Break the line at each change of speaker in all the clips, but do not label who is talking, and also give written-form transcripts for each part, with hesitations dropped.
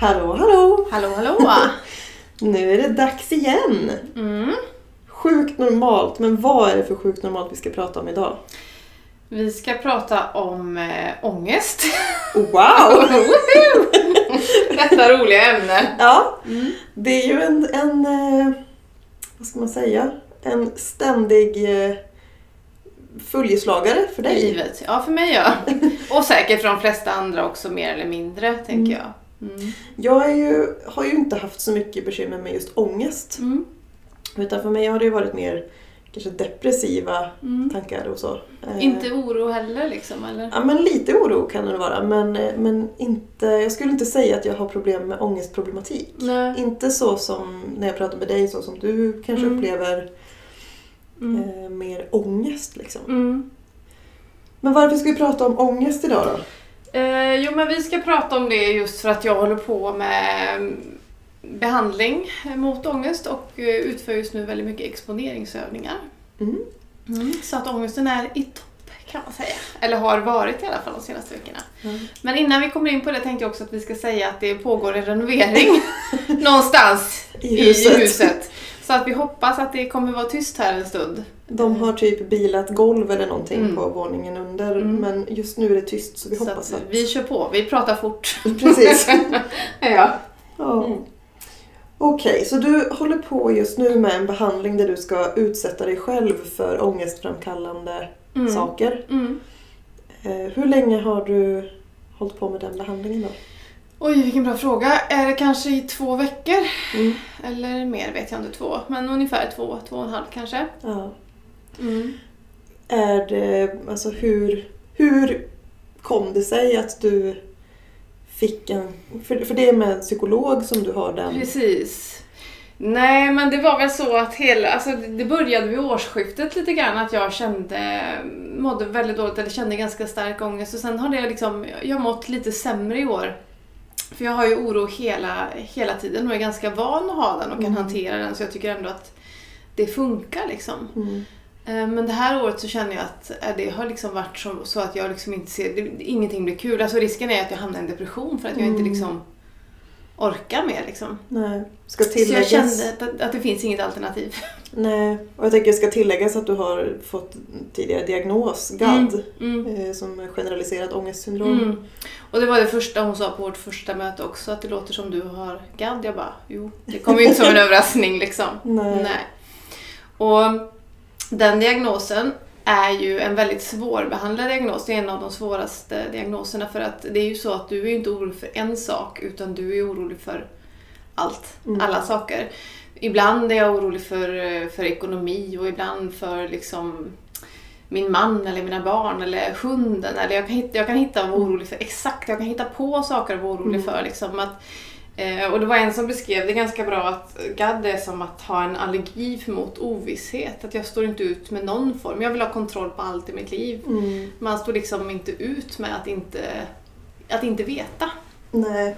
Hallå, hallå!
Hallå, hallå!
Nu är det dags igen! Sjukt normalt, men vad är det för sjukt normalt vi ska prata om idag?
Vi ska prata om ångest.
Wow!
Detta roliga ämne.
Ja, det är ju en vad ska man säga? En ständig följeslagare för dig.
Livet. Ja, för mig ja. Och säkert för de flesta andra också, mer eller mindre, tänker jag.
Jag har ju inte haft så mycket bekymmer med just ångest. Utan för mig har det ju varit mer kanske depressiva tankar och så.
Inte oro heller liksom, eller?
Ja, men lite oro kan det vara. Men inte, jag skulle inte säga att jag har problem med ångestproblematik.
Nej.
Inte så som när jag pratar med dig, så som du kanske upplever mer ångest liksom. Men varför ska vi prata om ångest idag då?
Jo, men vi ska prata om det just för att jag håller på med behandling mot ångest och utför just nu väldigt mycket exponeringsövningar. Så att ångesten är i topp, kan man säga. Eller har varit i alla fall de senaste veckorna. Men innan vi kommer in på det tänkte jag också att vi ska säga att det pågår en renovering någonstans i huset. Så att vi hoppas att det kommer vara tyst här en stund.
De har typ bilat golv eller någonting på våningen under. Men just nu är det tyst, så vi hoppas
så
att...
vi kör på, vi pratar fort.
Precis.
Ja.
Okej, så du håller på just nu med en behandling där du ska utsätta dig själv för ångestframkallande saker. Hur länge har du hållit på med den behandlingen då?
Oj, vilken bra fråga. Är det kanske i 2 veckor? Eller mer vet jag inte, 2. Men ungefär 2,5 kanske.
Ja. Är det, alltså hur kom det sig att du fick för det är med en psykolog som du har den?
Precis. Nej, men det var väl så att det började vid årsskiftet lite grann att jag mådde väldigt dåligt eller kände ganska stark ångest. Och sen har jag mått lite sämre i år. För jag har ju oro hela tiden och är ganska van att ha den och kan hantera den. Så jag tycker ändå att det funkar liksom. Men det här året så känner jag att det har liksom varit så att jag liksom inte ser... Ingenting blir kul. Alltså risken är att jag hamnar i en depression för att jag inte liksom orkar mer liksom.
Nej. Ska tilläggas...
Så jag kände att det finns inget alternativ.
Nej, och jag tänker att det ska tilläggas att du har fått tidigare diagnos, GAD, som generaliserat ångestsyndrom.
Och det var det första hon sa på vårt första möte också, att det låter som du har GAD. Jag bara, det kommer ju inte som en överraskning liksom. Nej. Och den diagnosen är ju en väldigt svårbehandlad diagnos. Det är en av de svåraste diagnoserna för att det är ju så att du är ju inte orolig för en sak utan du är orolig för allt, alla saker. Ibland är jag orolig för ekonomi och ibland för liksom min man eller mina barn eller hunden. Eller jag kan hitta vara orolig för exakt, jag kan hitta på saker att vara orolig för. Liksom, och det var en som beskrev det ganska bra att GAD är som att ha en allergi mot ovisshet. Att jag står inte ut med någon form. Jag vill ha kontroll på allt i mitt liv. Man står liksom inte ut med att inte veta.
Nej.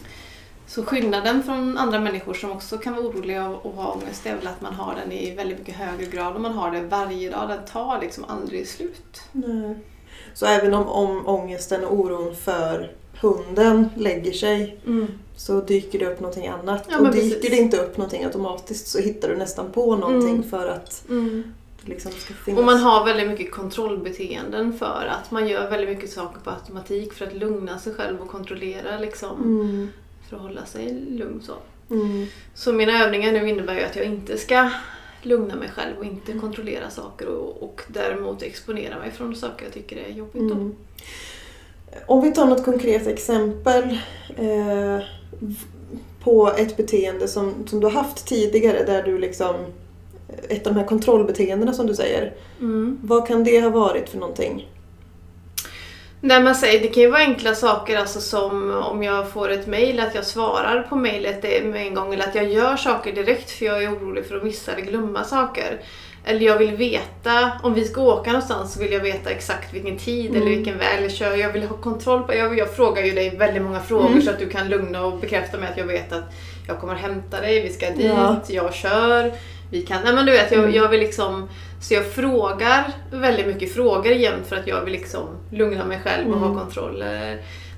Så skillnaden från andra människor som också kan vara oroliga och ha ångest är väl att man har den i väldigt mycket högre grad och man har det varje dag. Den tar liksom aldrig slut.
Nej. Så även om ångesten och oron för hunden lägger sig så dyker det upp någonting annat.
Ja,
och dyker det inte upp någonting automatiskt så hittar du nästan på någonting för att det liksom ska finnas.
Och man har väldigt mycket kontrollbeteenden för att man gör väldigt mycket saker på automatik för att lugna sig själv och kontrollera liksom. För att hålla sig lugn så. Så mina övningar nu innebär ju att jag inte ska lugna mig själv och inte kontrollera saker och däremot exponera mig från saker jag tycker är jobbigt då.
Om vi tar något konkret exempel på ett beteende som du har haft tidigare där du liksom ett av de här kontrollbeteendena som du säger. Vad kan det ha varit för någonting?
Nej, man säger, det kan ju vara enkla saker alltså som om jag får ett mejl att jag svarar på mejlet med en gång eller att jag gör saker direkt för jag är orolig för att missa eller glömma saker. Eller jag vill veta, om vi ska åka någonstans så vill jag veta exakt vilken tid eller vilken väg jag kör. Jag vill ha kontroll på, jag frågar ju dig väldigt många frågor så att du kan lugna och bekräfta mig att jag vet att jag kommer hämta dig, vi ska dit, jag kör. Vi kan, nej men du vet, jag vill liksom, så jag frågar väldigt mycket frågor jämt för att jag vill liksom lugna mig själv och ha kontroll.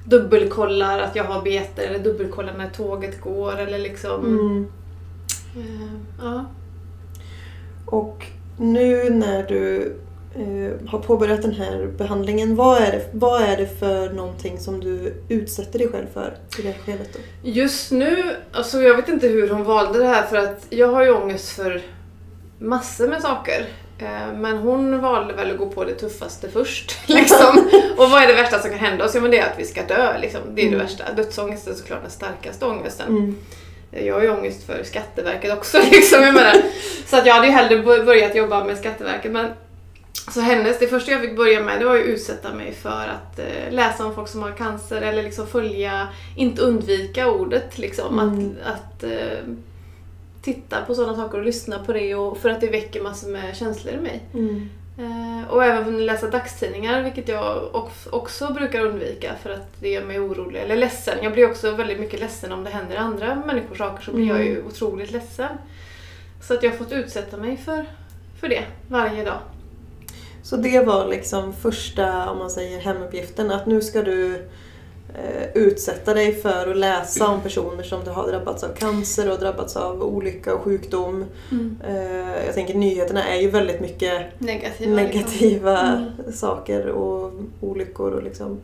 dubbelkollar att jag har beter eller dubbelkollar när tåget går eller liksom... Ja.
Och nu när du har påbörjat den här behandlingen, vad är det för någonting som du utsätter dig själv för i det här skedet då?
Just nu, alltså jag vet inte hur hon valde det här, för att jag har ju ångest för massor med saker. Men hon valde väl att gå på det tuffaste först. Liksom. Och vad är det värsta som kan hända oss? Ja, men det är att vi ska dö. Liksom. Det är det värsta. Dödsångesten är såklart den starkaste ångesten. Jag har ju ångest för Skatteverket också. Liksom, jag menar. Så att jag hade ju hellre börjat jobba med Skatteverket. Men så det första jag fick börja med, det var ju att utsätta mig för att läsa om folk som har cancer. Eller liksom följa, inte undvika ordet. Liksom. Att titta på sådana saker och lyssna på det, och för att det väcker massor med känslor i mig. Och även läsa dagstidningar, vilket jag också brukar undvika för att det gör mig orolig eller ledsen. Jag blir också väldigt mycket ledsen om det händer andra människor saker, så blir jag ju otroligt ledsen. Så att jag har fått utsätta mig för det varje dag.
Så det var liksom första, om man säger, hemuppgiften, att nu ska du utsätta dig för att läsa om personer som har drabbats av cancer och drabbats av olycka och sjukdom. Jag tänker nyheterna är ju väldigt mycket negativa saker och olyckor och liksom.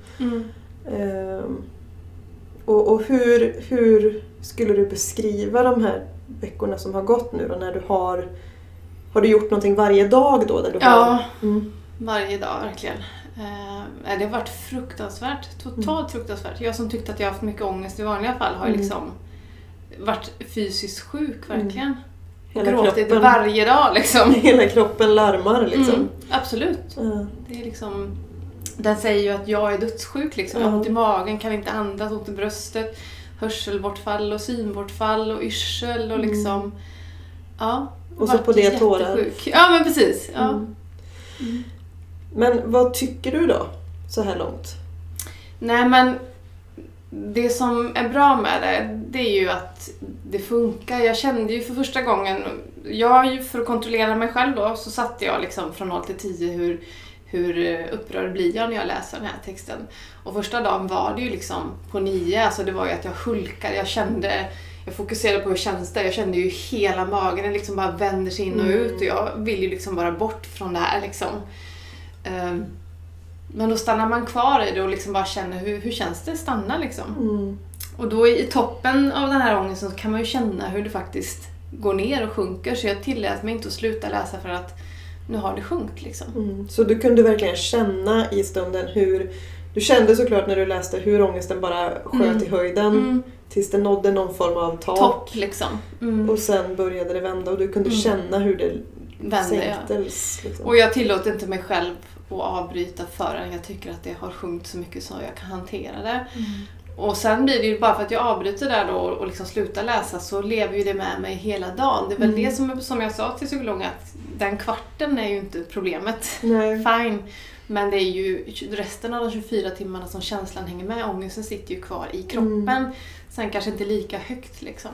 Och hur skulle du beskriva de här veckorna som har gått nu då, när du har du gjort någonting varje dag då? Där du
varje dag verkligen. Det har varit fruktansvärt, totalt fruktansvärt. Jag som tyckte att jag haft mycket ångest i vanliga fall har ju liksom varit fysiskt sjuk verkligen. Gråtit varje dag liksom.
Hela kroppen larmar liksom.
Absolut. Det är liksom, den säger ju att jag är dödssjuk liksom. Jag har ont i magen, kan inte andas, ont i bröstet, hörselbortfall och synbortfall och yrsel och liksom
och så på det tårar.
Ja, men precis.
Men vad tycker du då så här långt?
Nej, men det som är bra med det är ju att det funkar. Jag kände ju för första gången, för att kontrollera mig själv då, så satte jag liksom från 0 till 10 hur upprörd blir jag när jag läser den här texten. Och första dagen var det ju liksom på 9, alltså det var ju att jag hulkade, jag fokuserade på hur känns det. Jag kände ju hela magen, den liksom bara vänder sig in och ut, och jag vill ju liksom bara bort från det här liksom. Men då stannar man kvar i det och liksom bara känner hur känns det, stanna liksom. Och då i toppen av den här ångesten så kan man ju känna hur det faktiskt går ner och sjunker. Så jag tillät mig inte att sluta läsa för att nu har det sjunkit liksom.
Så du kunde verkligen känna i stunden du kände såklart när du läste hur ångesten bara sköt i höjden tills det nådde någon form av
topp liksom.
Och sen började det vända och du kunde känna hur det sänktes. Liksom.
Och jag tillåter inte mig själv att avbryta förrän jag tycker att det har sjunkit så mycket så jag kan hantera det. Och sen blir det ju bara för att jag avbryter där då och liksom slutar läsa, så lever ju det med mig hela dagen. Det är väl det som jag sa till psykologen, att den kvarten är ju inte problemet.
Nej.
Fine. Men det är ju resten av de 24 timmarna som känslan hänger med. Ångesten sitter ju kvar i kroppen. Sen kanske inte lika högt liksom.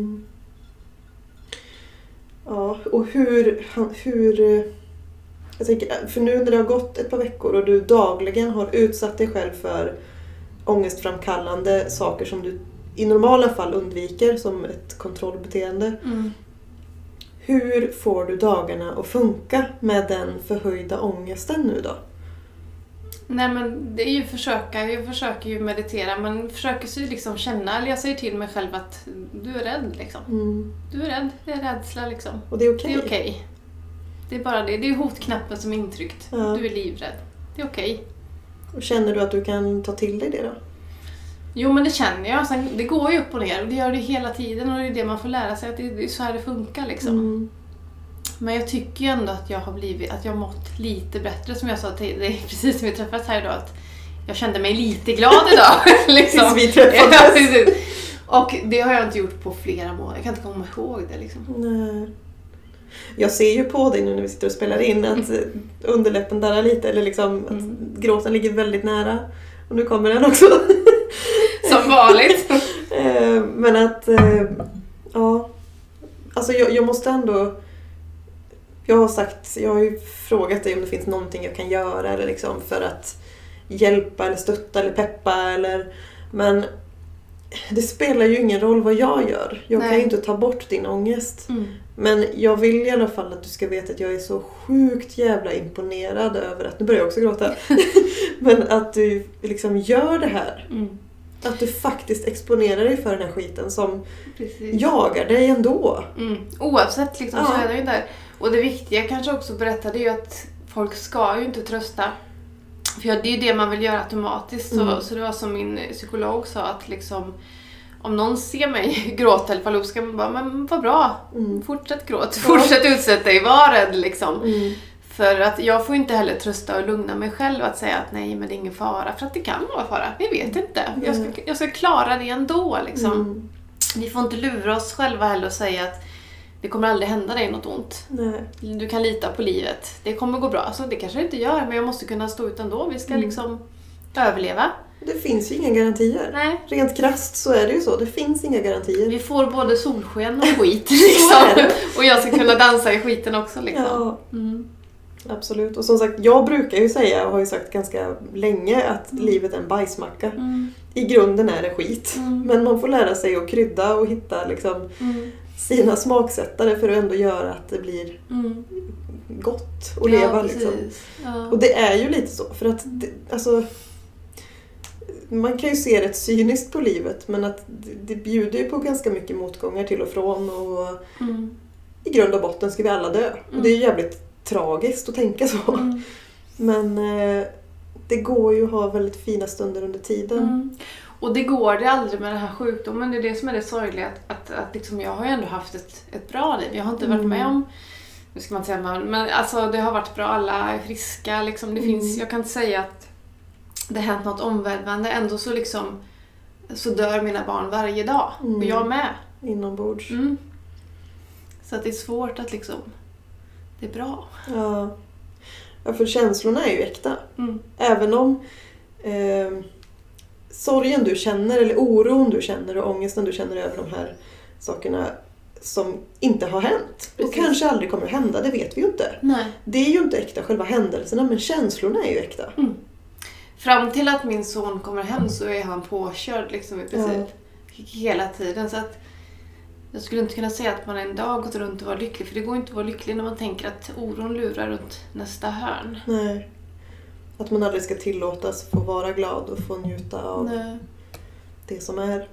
Ja, och hur jag tänker, för nu när det har gått ett par veckor och du dagligen har utsatt dig själv för ångestframkallande saker som du i normala fall undviker som ett kontrollbeteende. Hur får du dagarna att funka med den förhöjda ångesten nu då?
Nej, men det är ju jag försöker ju meditera, men försöker ju liksom känna, eller jag säger till mig själv att du är rädd liksom. Du är rädd, det är rädsla liksom.
Och det är okej.
Det är okej. Det är bara det är hotknappen som är intryckt. Du är livrädd. Det är okej.
Och känner du att du kan ta till dig det då?
Jo, men det känner jag. Sen, det går ju upp och ner och det gör det hela tiden, och det är det man får lära sig, att det är så här det funkar liksom. Men jag tycker ju ändå att jag har mått lite bättre, som jag sa till dig precis som vi träffats här idag, att jag kände mig lite glad idag. Liksom.
Tills vi träffades.
Ja, och det har jag inte gjort på flera månader. Jag kan inte komma ihåg det liksom.
Nej. Jag ser ju på dig nu när vi sitter och spelar in att underläppen darrar lite, eller liksom att gråten ligger väldigt nära. Och nu kommer den också.
Som vanligt.
Men att alltså jag måste ändå, jag har ju frågat dig om det finns någonting jag kan göra eller liksom för att hjälpa eller stötta eller peppa men det spelar ju ingen roll vad jag gör. Jag kan ju inte ta bort din ångest. Men jag vill i alla fall att du ska veta att jag är så sjukt jävla imponerad över att, nu börjar jag också gråta, men att du liksom gör det här. Att du faktiskt exponerar dig för den här skiten som jagar dig ändå.
Oavsett liksom, så är det ju där. Och det viktiga kanske också berättade ju att folk ska ju inte trösta. För det är ju det man vill göra automatiskt. Så det var som min psykolog sa, att liksom, om någon ser mig gråta eller falla upp, ska man bara, men vad bra, fortsätt gråt, fortsätt utsätta dig, var rädd liksom. För att jag får inte heller trösta och lugna mig själv att säga att nej, men det är ingen fara. För att det kan vara fara, vi vet inte. Jag ska klara det ändå liksom. Vi får inte lura oss själva heller och säga att det kommer aldrig hända dig något ont.
Nej.
Du kan lita på livet. Det kommer gå bra. Alltså, det kanske det inte gör, men jag måste kunna stå ut ändå. Vi ska liksom överleva.
Det finns ju inga garantier.
Nej.
Rent krasst så är det ju så. Det finns inga garantier.
Vi får både solsken och skit. Liksom. Och jag ska kunna dansa i skiten också. Liksom.
Ja. Absolut. Och som sagt, jag brukar ju säga och har ju sagt ganska länge att livet är en bajsmacka. I grunden är det skit. Men man får lära sig att krydda och hitta liksom sina smaksättare för att ändå göra att det blir gott att leva. Liksom. Ja. Och det är ju lite så. För att alltså, man kan ju se rätt cyniskt på livet, men att det bjuder ju på ganska mycket motgångar till och från. Och i grund och botten ska vi alla dö. Och det är ju jävligt tragiskt att tänka så. Men det går ju att ha väldigt fina stunder under tiden.
Och det går det aldrig med den här sjukdomen. Det är det som är det sorgliga. Att liksom, jag har ju ändå haft ett bra liv. Jag har inte varit med om, nu ska man säga, men alltså, det har varit bra. Alla är friska. Liksom. Det finns, jag kan inte säga att det har hänt något omvälvande. Ändå så, liksom, så dör mina barn varje dag. Och jag med.
Inombords.
Så att det är svårt att liksom, det är bra.
Ja, för känslorna är ju äkta. Även om sorgen du känner eller oron du känner och ångesten du känner över de här sakerna som inte har hänt. Och kanske aldrig kommer att hända, det vet vi ju inte.
Nej.
Det är ju inte äkta själva händelserna, men känslorna är ju äkta.
Fram till att min son kommer hem så är han påkörd liksom, i princip hela tiden. Så att jag skulle inte kunna säga att man en dag gått runt och var lycklig. För det går inte att vara lycklig när man tänker att oron lurar runt nästa hörn.
Nej. Att man aldrig ska tillåtas få vara glad och få njuta av det som är.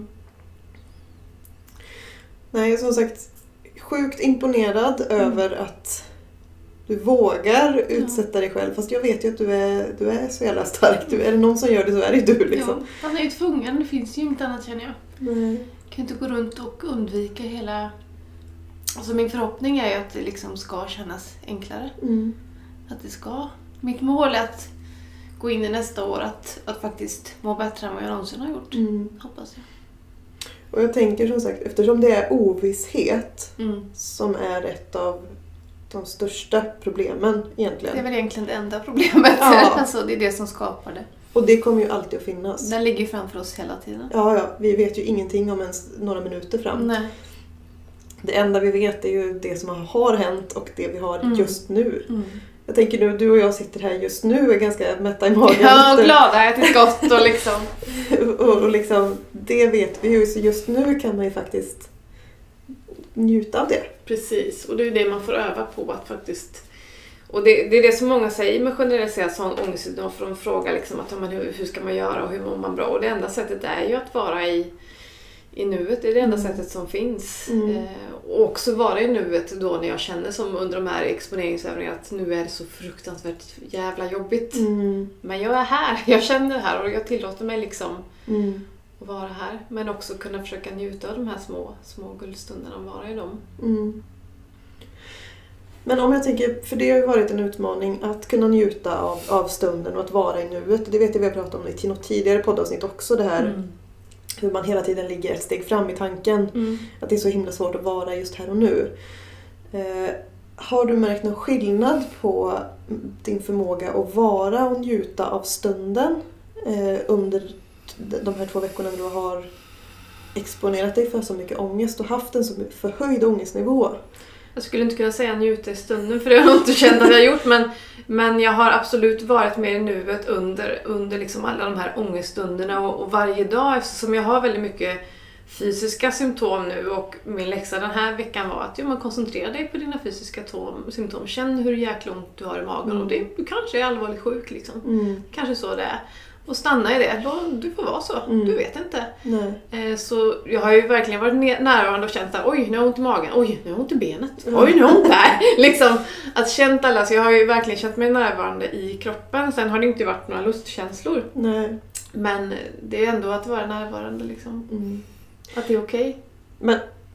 Nej, som sagt, sjukt imponerad över att du vågar utsätta dig själv. Fast jag vet ju att du är så jävla stark. Är det någon som gör det så är det du liksom.
Ja, han är ju tvungen. Det finns ju inget annat, känner jag.
Nej.
Kan inte gå runt och undvika hela... Alltså min förhoppning är ju att det liksom ska kännas enklare. Att det ska... Mitt mål är att gå in i nästa år att faktiskt må bättre än vad jag någonsin har gjort. Hoppas jag.
Och jag tänker som sagt, eftersom det är ovisshet som är ett av de största problemen egentligen.
Det är väl egentligen det enda problemet. Ja. Alltså, det är det som skapar det.
Och det kommer ju alltid att finnas.
Den ligger framför oss hela tiden.
Ja, vi vet ju ingenting om ens några minuter fram.
Nej.
Det enda vi vet är ju det som har hänt och det vi har just nu. Jag tänker nu, du och jag sitter här just nu är ganska mätta i magen.
Ja, och glada, ätit gott och liksom.
och liksom, det vet vi ju. Så just nu kan man ju faktiskt njuta av det.
Precis, och det är det man får öva på att faktiskt... Och det är det som många säger med generaliserad sån ångest. För de frågar liksom att hur ska man göra och hur mår man bra. Och det enda sättet är ju att vara i nuet. Det är det enda sättet som finns. Och också vara i nuet då när jag känner som under de här exponeringsövningarna att nu är det så fruktansvärt jävla jobbigt. Men jag är här, jag känner det här och jag tillåter mig liksom att vara här. Men också kunna försöka njuta av de här små guldstunderna och vara i dem.
Men om jag tänker, för det har ju varit en utmaning att kunna njuta av stunden och att vara i nuet. Det vet jag vi har pratat om i något tidigare poddavsnitt också, det här hur man hela tiden ligger ett steg fram i tanken. Att det är så himla svårt att vara just här och nu. Har du märkt någon skillnad på din förmåga att vara och njuta av stunden under de här 2 veckorna du har exponerat dig för så mycket ångest och haft en så förhöjd ångestnivå?
Jag skulle inte kunna säga njuta i stunden, för det har jag inte känt att jag har gjort, men jag har absolut varit med i nuet under liksom alla de här ångeststunderna och varje dag, eftersom jag har väldigt mycket fysiska symptom nu, och min läxa den här veckan var att man koncentrerar dig på dina fysiska symptom. Känn hur jäkla ont du har i magen och du kanske är allvarligt sjuk liksom. Kanske så det är. Och stanna i det. Du får vara så. Du vet inte. Så jag har ju verkligen varit närvarande och känt att oj, nu har jag ont i magen. Oj, nu har jag ont i benet. Oj, nu har jag ont där. Liksom, att känt alla. Så jag har ju verkligen känt mig närvarande i kroppen. Sen har det inte varit några lustkänslor.
Nej.
Men det är ändå att vara närvarande liksom. Att det är okej.
Men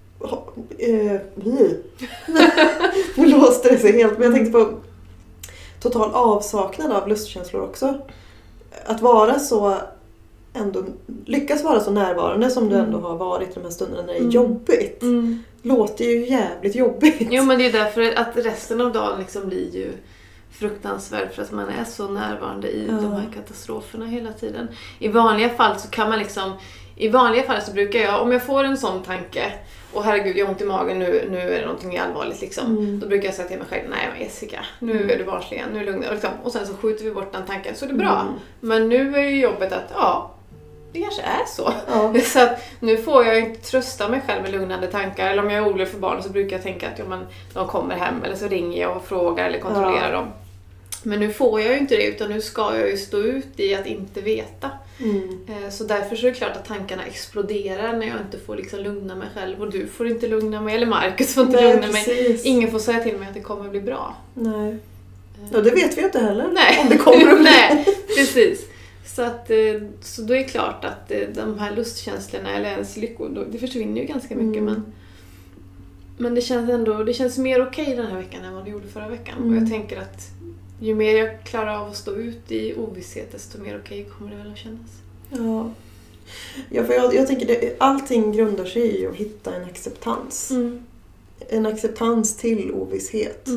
nu låste det sig helt. Men jag tänkte på total avsaknad av lustkänslor också. Att vara så ändå, lyckas vara så närvarande som du ändå har varit i de här stunderna när det är jobbigt. Låter ju jävligt jobbigt.
Jo, men det är därför att resten av dagen liksom blir ju fruktansvärd, för att man är så närvarande i de här katastroferna hela tiden. I vanliga fall så kan man liksom, i vanliga fall så brukar jag, om jag får en sån tanke och herregud, jag har ont i magen, nu är det någonting allvarligt liksom. Då brukar jag säga till mig själv, nej men Jessica, nu är du varsligen, nu är det lugnt. Liksom. Och sen så skjuter vi bort den tanken, så är det bra. Men nu är ju jobbet att, det kanske är så. Så att nu får jag inte trösta mig själv med lugnande tankar. Eller om jag är orolig för barn så brukar jag tänka att de kommer hem, eller så ringer jag och frågar eller kontrollerar dem. Men nu får jag ju inte det, utan nu ska jag ju stå ut i att inte veta. Så därför så är det klart att tankarna exploderar när jag inte får liksom lugna mig själv. Och du får inte lugna mig, eller Marcus får inte lugna mig. Ingen får säga till mig att det kommer bli bra.
Nej. Ja, det vet vi inte heller.
Nej.
Om det kommer att bli.
Nej, precis. Så då är det klart att de här lustkänslorna eller ens lyckor, det försvinner ju ganska mycket. Men det känns mer okej den här veckan än vad det gjorde förra veckan. Och jag tänker att ju mer jag klarar av att stå ut i ovisshet, desto mer okej kommer det väl att kännas.
Ja, för jag tänker att allting grundar sig i att hitta en acceptans. En acceptans till ovisshet.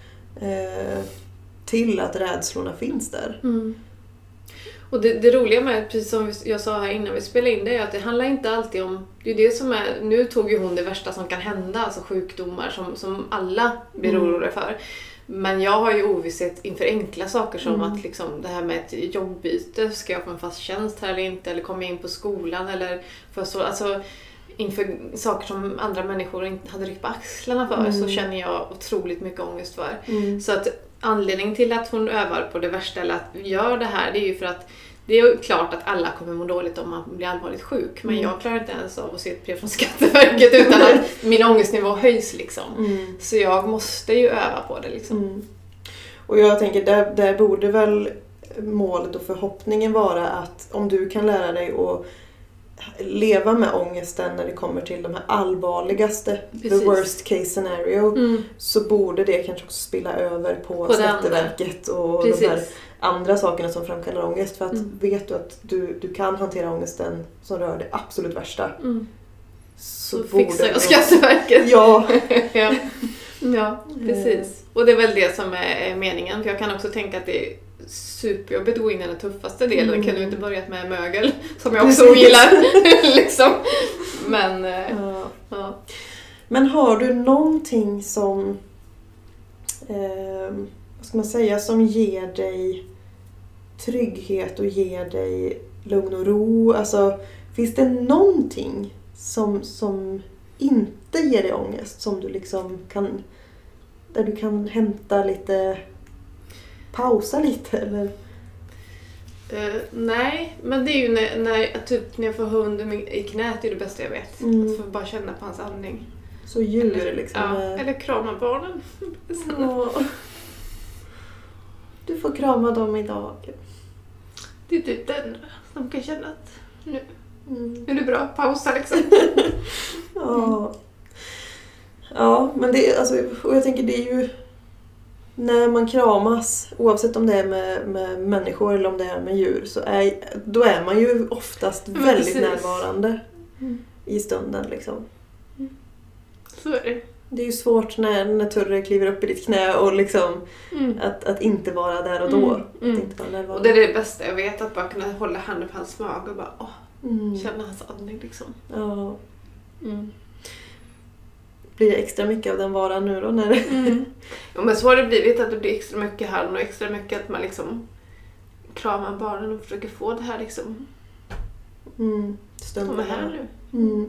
Till att rädslorna finns där.
Och det roliga med, precis som jag sa här innan vi spelade in det, är att det handlar inte alltid om, det är det som är, nu tog ju hon det värsta som kan hända, alltså sjukdomar som alla blir oroliga för. Men jag har ju ovisshet inför enkla saker som att liksom, det här med ett jobbbyte, ska jag få en fast tjänst här eller inte, eller kommer jag in på skolan, eller för så, alltså inför saker som andra människor inte hade ryckt på axlarna för, så känner jag otroligt mycket ångest för. Så att anledningen till att hon övar på det värsta eller att gör det här, det är ju för att det är ju klart att alla kommer må dåligt om man blir allvarligt sjuk. Men jag klarar inte ens av att se ett brev från Skatteverket utan att min ångestnivå höjs liksom. Så jag måste ju öva på det liksom.
Och jag tänker, där borde väl målet och förhoppningen vara att om du kan lära dig att leva med ångesten när det kommer till de här allvarligaste, the worst case scenario, så borde det kanske också spilla över på Skatteverket och de här andra sakerna som framkallar ångest. För att vet du att du kan hantera ångesten som rör det absolut värsta, så
fixar jag Skatteverket.
Ja.
Ja, precis. Och det är väl det som är meningen. För jag kan också tänka att det är superjobbigt att gå in i den tuffaste delen. Kan du inte börjat med mögel, som jag också gillar. liksom. Men, ja.
Men har du någonting som vad ska man säga, som ger dig trygghet och ger dig lugn och ro? Alltså, finns det någonting som inte ger dig ångest, som du liksom kan, där du kan hämta lite, pausa lite eller?
Nej, men det är ju när jag får hunden i knät, det är det bästa jag vet. Att få bara känna på hans andning.
Så djur liksom.
Ja, eller krama barnen.
Du får krama dem idag.
Det är typ den som kan känna att nu är det bra, pausa liksom.
Ja, men det är alltså, och jag tänker det är ju när man kramas, oavsett om det är med människor eller om det är med djur, så då är man ju oftast väldigt närvarande i stunden liksom.
Så är det.
Det är ju svårt när Turre kliver upp i ditt knä och liksom att inte vara där och då. Att inte vara närvarande.
Och det är det bästa jag vet, att bara kunna hålla handen på hans mage och bara känna hans andning liksom.
Ja. blir det extra mycket av den varan nu då? När
Ja, men så har det blivit att det blir extra mycket här och extra mycket att man liksom kramar barnen och försöker få det här liksom.
Stunden
här nu.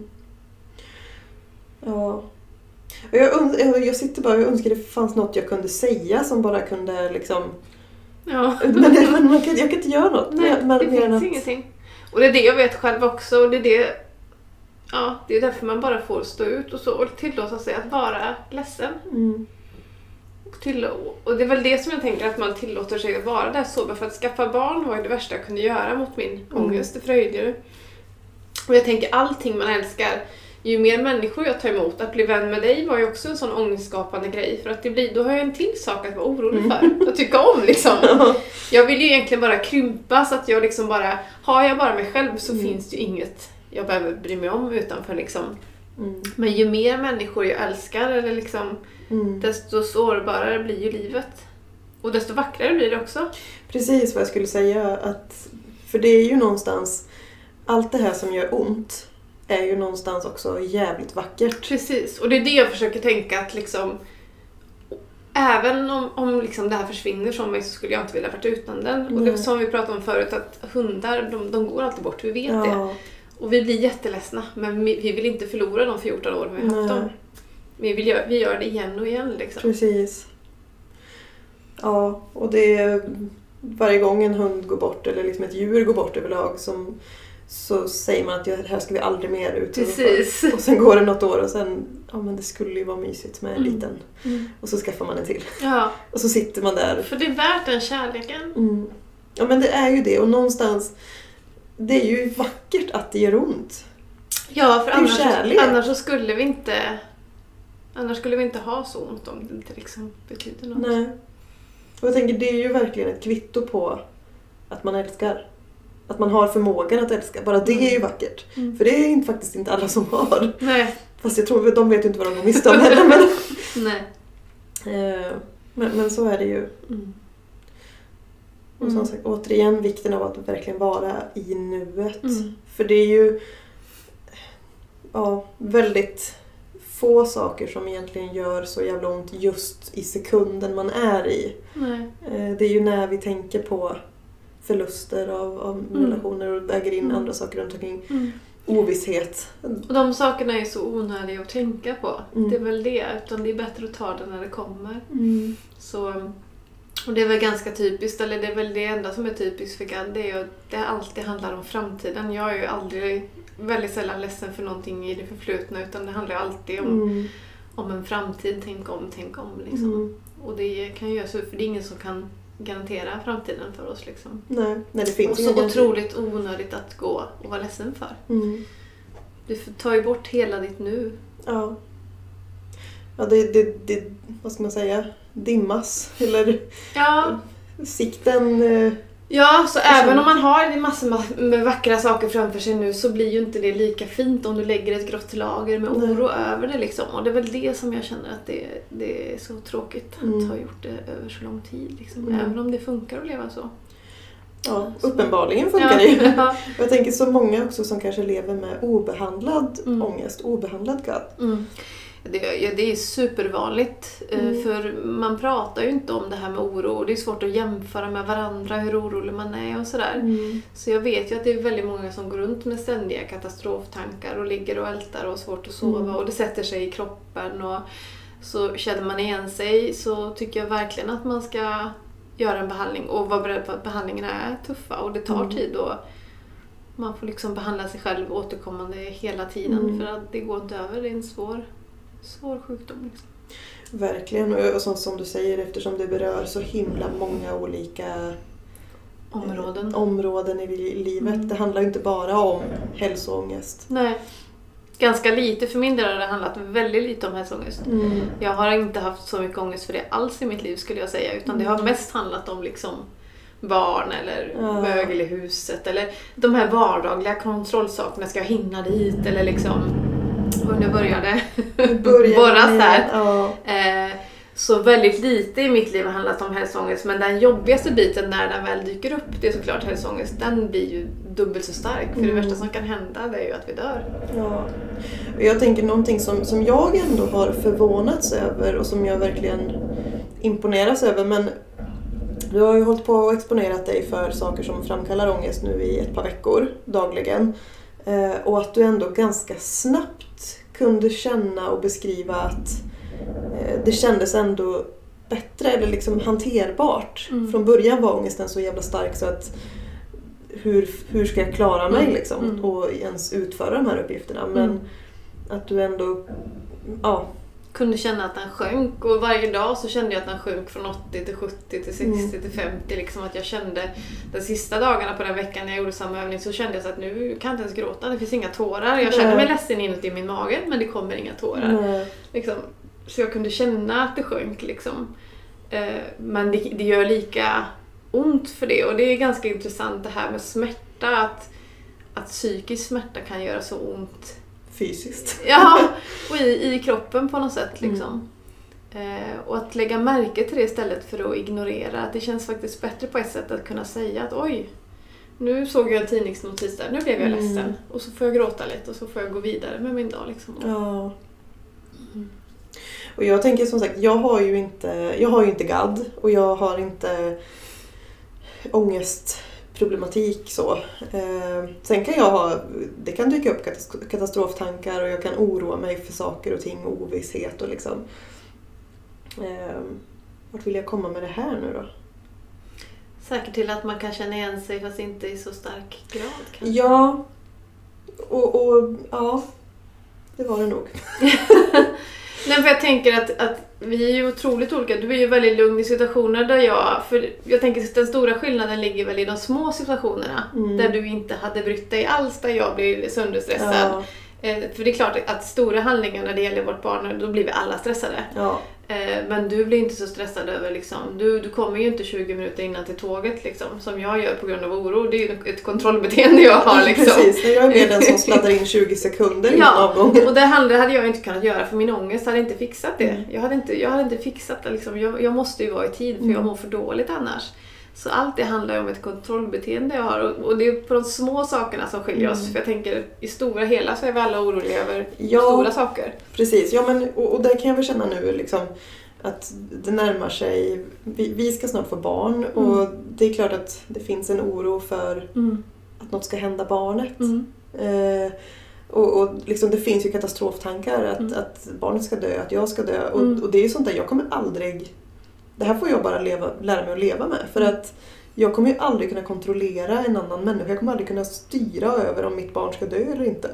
Ja. Jag sitter bara och önskar det fanns något jag kunde säga som bara kunde liksom...
Ja.
Men jag kan inte göra något.
Nej, det finns ingenting. Och det är det jag vet själv också. Och det är därför man bara får stå ut och tillåta sig att vara ledsen. Och det är väl det som jag tänker, att man tillåter sig att vara där så. För att skaffa barn var ju det värsta jag kunde göra mot min ångest. Det fröjde ju. Och jag tänker, allting man älskar, ju mer människor jag tar emot, att bli vän med dig var ju också en sån ångestskapande grej. För att då har jag en till sak att vara orolig för. Att tycka om liksom. Jag vill ju egentligen bara krympa, så att jag liksom bara, har jag bara mig själv så finns det ju inget jag behöver bry mig om utanför liksom. Men ju mer människor jag älskar, eller liksom, desto sårbarare blir ju livet. Och desto vackrare blir det också.
Precis vad jag skulle säga. För det är ju någonstans, allt det här som gör ont är ju någonstans också jävligt vackert.
Precis, och det är det jag försöker tänka, att liksom, även om liksom det här försvinner från mig, så skulle jag inte vilja varit utan den. Och det som vi pratade om förut, att hundar, de går alltid bort, vi vet det. Och vi blir jätteledsna, men vi vill inte förlora de 14 år vi har haft dem. Vi gör det igen och igen liksom.
Precis. Ja, och det är varje gång en hund går bort, eller liksom ett djur går bort överlag, så säger man att det här ska vi aldrig mer ut.
Precis.
Och sen går det något år och sen, men det skulle ju vara mysigt med en liten. Och så skaffar man en till.
Ja.
Och så sitter man där.
För det är värt den kärleken.
Ja, men det är ju det. Och någonstans, det är ju vackert att det gör ont.
Ja, för annars så skulle vi inte ha så ont om det inte liksom betyder något.
Nej. Och jag tänker, det är ju verkligen ett kvitto på att man älskar. Att man har förmågan att älska. Bara det är ju vackert. För det är faktiskt inte alla som har.
Nej.
Fast jag tror att de vet ju inte vad de går miste om heller.
Nej.
Men så är det ju. Och som sagt, återigen vikten av att verkligen vara i nuet. För det är ju väldigt få saker som egentligen gör så jävla ont just i sekunden man är i.
Nej.
Det är ju när vi tänker på förluster av relationer och väger in andra saker runt omkring. Ovisshet.
Och de sakerna är så onödiga att tänka på. Det är väl det. Utan det är bättre att ta det när det kommer. Så, och det är väl ganska typiskt, eller det är väl det enda som är typiskt för Gad. Det är ju att det alltid handlar om framtiden. Jag är ju aldrig, väldigt sällan ledsen för någonting i det förflutna. Utan det handlar alltid om en framtid. Tänk om liksom. Och det kan ju göra så, för det är ingen som kan garantera framtiden för oss liksom.
Nej, det finns.
Och så otroligt onödigt att gå och vara ledsen för. Du tar ju bort hela ditt nu.
Ja. Ja, det vad ska man säga, dimmas eller sikten.
Ja, så även om man har massor med vackra saker framför sig nu, så blir ju inte det lika fint om du lägger ett grått lager med oro över det liksom. Och det är väl det som jag känner att det är så tråkigt att ha gjort det över så lång tid liksom. Även om det funkar att leva så.
Ja, uppenbarligen funkar det ju. Jag tänker så många också som kanske lever med obehandlad ångest, obehandlad Gad.
Det är supervanligt, för man pratar ju inte om det här med oro, och det är svårt att jämföra med varandra hur orolig man är och sådär. Så jag vet ju att det är väldigt många som går runt med ständiga katastroftankar och ligger och ältar och har svårt att sova och det sätter sig i kroppen, och så känner man igen sig, så tycker jag verkligen att man ska göra en behandling och vara beredd på att behandlingarna är tuffa och det tar tid, och man får liksom behandla sig själv återkommande hela tiden för att det går inte över, det är en svår sjukdom liksom.
Verkligen, och som du säger, eftersom det berör så himla många olika områden i livet. Det handlar ju inte bara om hälsoångest.
Nej, ganska lite. För min del har det handlat väldigt lite om hälsoångest. Jag har inte haft så mycket ångest för det alls i mitt liv, skulle jag säga. Utan det har mest handlat om liksom barn eller mögel i huset. Eller de här vardagliga kontrollsakerna, ska jag hinna dit eller liksom... Och nu började borras här. Så väldigt lite i mitt liv har handlat om hälsoångest, men den jobbigaste biten när den väl dyker upp, det är såklart hälsoångest. Den blir ju dubbelt så stark, för det värsta som kan hända det är ju att vi dör.
Ja. Och jag tänker någonting som jag ändå har förvånats över och som jag verkligen imponeras över, men du har ju hållit på och exponerat dig för saker som framkallar ångest nu i ett par veckor dagligen. Och att du ändå ganska snabbt kunde känna och beskriva att det kändes ändå bättre eller liksom hanterbart. Från början var ångesten så jävla stark så att hur ska jag klara mig liksom och ens utföra de här uppgifterna. Men att du ändå
kunde känna att den sjönk, och varje dag så kände jag att den sjönk från 80 till 70 till 60 till 50. Liksom att jag kände de sista dagarna på den veckan när jag gjorde samma övning, så kände jag så att nu kan jag inte ens gråta, det finns inga tårar. Jag kände mig ledsen inuti min mage, men det kommer inga tårar. Liksom. Så jag kunde känna att det sjönk liksom. Men det gör lika ont för det, och det är ganska intressant det här med smärta, att psykisk smärta kan göra så ont
fysiskt.
Ja, och i kroppen på något sätt liksom. Och att lägga märke till det istället för att ignorera. Det känns faktiskt bättre på ett sätt att kunna säga att oj, nu såg jag en tidningsnotis där, nu blev jag ledsen. Och så får jag gråta lite och så får jag gå vidare med min dag liksom.
Ja. Och jag tänker som sagt, jag har ju inte GAD och jag har inte ångestproblematik så. Sen kan det kan dyka upp katastroftankar och jag kan oroa mig för saker och ting och ovisshet och liksom. Vart vill jag komma med det här nu då?
Säkert till att man kan känna igen sig fast inte i så stark grad kanske.
Ja, och ja, det var det nog.
Nej, för jag tänker att vi är ju otroligt olika. Du är ju väldigt lugn i situationer där jag tänker att den stora skillnaden ligger väl i de små situationerna. Där du inte hade brytt dig alls, där jag blir sönderstressad. Ja. För det är klart att stora handlingar när det gäller vårt barn, då blir vi alla stressade. Ja. Men du blir inte så stressad över liksom, du kommer ju inte 20 minuter innan till tåget liksom, som jag gör på grund av oro. Det är ju ett kontrollbeteende jag har liksom.
Precis, jag är med den som sladdar in 20 sekunder innan avgången.
Och det hade jag inte kunnat göra, för min ångest hade inte fixat det. Jag hade inte fixat det liksom. Jag måste ju vara i tid, för jag mår för dåligt annars. Så allt det handlar ju om ett kontrollbeteende jag har, och det är på de små sakerna som skiljer oss. För jag tänker, i stora hela så är vi alla oroliga över stora saker.
Precis, ja, men, och där kan jag väl känna nu liksom, att det närmar sig, vi ska snart få barn och det är klart att det finns en oro för att något ska hända barnet. Och liksom, det finns ju katastroftankar att barnet ska dö, att jag ska dö, och det är ju sånt där jag kommer aldrig. Det här får jag bara lära mig att leva med. För att jag kommer ju aldrig kunna kontrollera en annan människa. Jag kommer aldrig kunna styra över om mitt barn ska dö eller inte.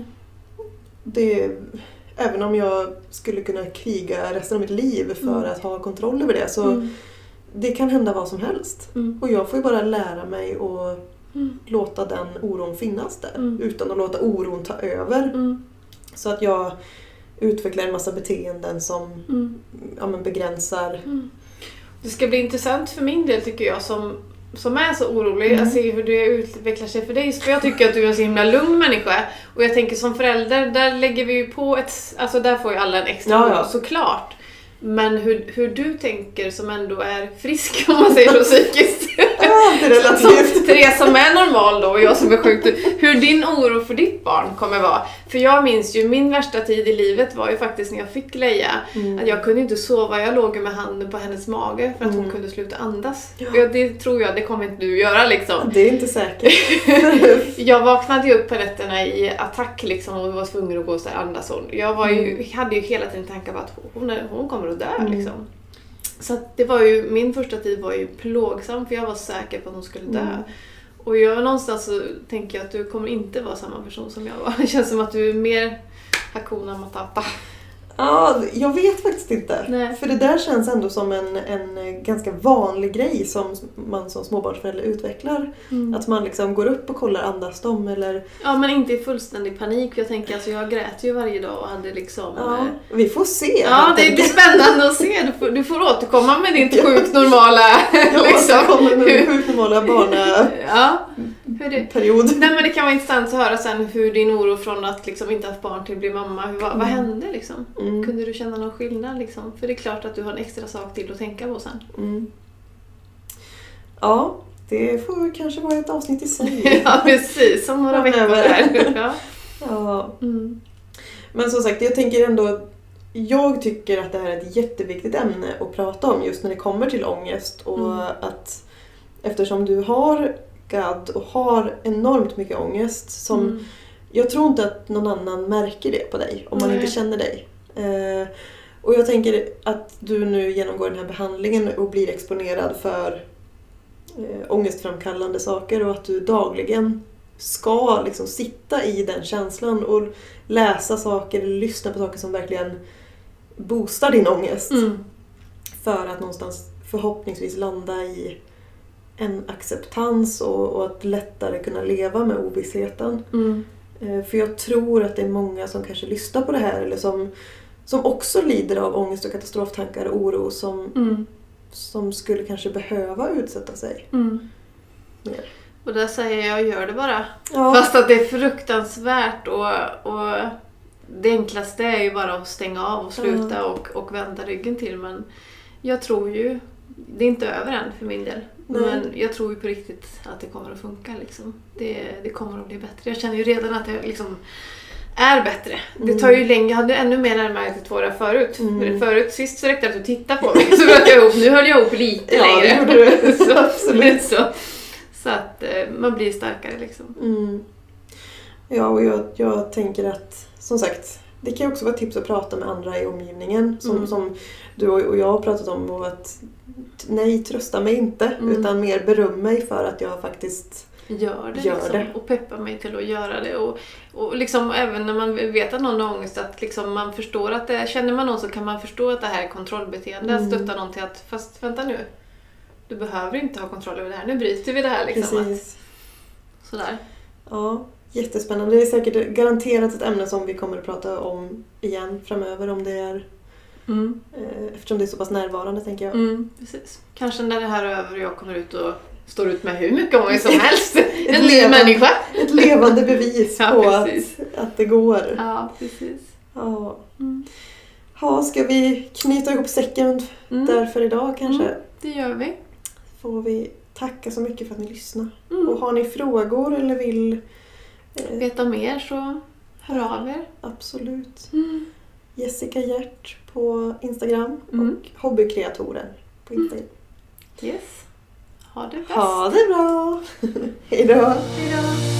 Även om jag skulle kunna kriga resten av mitt liv för att ha kontroll över det. Så det kan hända vad som helst. Och jag får ju bara lära mig att låta den oron finnas där. Utan att låta oron ta över. Så att jag utvecklar en massa beteenden som begränsar.
Det ska bli intressant för min del tycker jag som är så orolig att se hur det utvecklar sig för dig. För jag tycker att du är en så himla lugn människa. Och jag tänker som förälder, där lägger vi ju på alltså där får ju alla en extra oro, såklart. Men hur du tänker som ändå är frisk, om man säger så, psykiskt.
Det är relativt.
Som Therese som är normal då och jag som är sjukt. Hur din oro för ditt barn kommer vara. För jag minns ju, min värsta tid i livet var ju faktiskt när jag fick Leia. Att jag kunde inte sova, jag låg med handen på hennes mage för att hon kunde sluta andas. Ja. Och det tror jag, det kommer inte du göra liksom.
Det är inte säkert.
Jag vaknade ju upp på nätterna i attack liksom och var tvungen att gå så här, andas hon. Jag hade ju hela tiden tankar på att hon kommer att dö liksom. Så att det var ju, min första tid var ju plågsam, för jag var säker på att hon skulle dö. Och någonstans så tänker jag att du kommer inte vara samma person som jag var. Det känns som att du är mer Hakuna Matata.
Ja, jag vet faktiskt inte.
Nej.
För det där känns ändå som en ganska vanlig grej som man som småbarnsförälder utvecklar. Att man liksom går upp och kollar, andas dem eller...
Ja, men inte i fullständig panik. Jag tänker, alltså jag grät ju varje dag och hade liksom...
Ja, vi får se.
Ja, det är spännande att se. Du får återkomma med ditt sjukt normala...
Jag återkommer med sjukt normala barna...
Ja.
period.
Nej, men det kan vara intressant att höra sen hur din oro från att liksom inte haft barn till att bli mamma, vad hände liksom? Kunde du känna någon skillnad liksom? För det är klart att du har en extra sak till att tänka på sen.
Ja, det får kanske vara ett avsnitt i sig.
Ja, precis. Som några veckor där.
Ja. Men som sagt, jag tänker ändå, jag tycker att det här är ett jätteviktigt ämne att prata om just när det kommer till ångest. Och att eftersom du har GAD och har enormt mycket ångest som jag tror inte att någon annan märker det på dig om man inte känner dig. Och jag tänker att du nu genomgår den här behandlingen och blir exponerad för ångestframkallande saker och att du dagligen ska liksom sitta i den känslan och läsa saker eller lyssna på saker som verkligen boostar din ångest för att någonstans förhoppningsvis landa i en acceptans och att lättare kunna leva med ovissheten. För jag tror att det är många som kanske lyssnar på det här eller som också lider av ångest och katastroftankar och oro som skulle kanske behöva utsätta sig mer.
Och där säger jag, gör det bara. Ja. Fast att det är fruktansvärt och det enklaste är ju bara att stänga av och sluta och vända ryggen till. Men jag tror ju, det är inte över än för min del. Nej. Men jag tror ju på riktigt att det kommer att funka liksom. Det kommer att bli bättre. Jag känner ju redan att det liksom är bättre. Det tar ju länge, jag hade ännu mer närmare till 2 år förut. Förut, sist så räckte det att du tittade på mig. Så bröt jag ihop, nu höll jag ihop lite längre.
Ja, det gjorde du. Så, absolut.
Så att man blir starkare liksom.
Ja, och jag tänker att, som sagt, det kan ju också vara tips att prata med andra i omgivningen. Som du och jag har pratat om. Och att nej, trösta mig inte. Utan mer beröm mig för att jag faktiskt
gör det. Och peppa mig till att göra det. Och liksom även när man vet att någon har ångest, att liksom man förstår att det, känner man någon så kan man förstå att det här är kontrollbeteende. Att stötta någon till att, fast vänta nu. Du behöver inte ha kontroll över det här. Nu bryter vi det här liksom.
Precis.
Sådär.
Ja, jättespännande. Det är säkert garanterat ett ämne som vi kommer att prata om igen framöver om det är eftersom det är så pass närvarande, tänker jag.
Precis. Kanske när det här är över och jag kommer ut och står ut med hur mycket ångest som helst. En ny människa.
Ett levande bevis på att det går.
Ja, precis.
Ja. Ja, ska vi knyta ihop säcken där för idag kanske?
Det gör vi.
Får vi tacka så mycket för att ni lyssnar. Och har ni frågor eller vill
veta mer så hör av er.
Absolut. Jessica Hjert på Instagram och Hobbykreatoren på Instagram.
Yes. Ha det bäst.
Ha det bra. Hej då.
Hej då.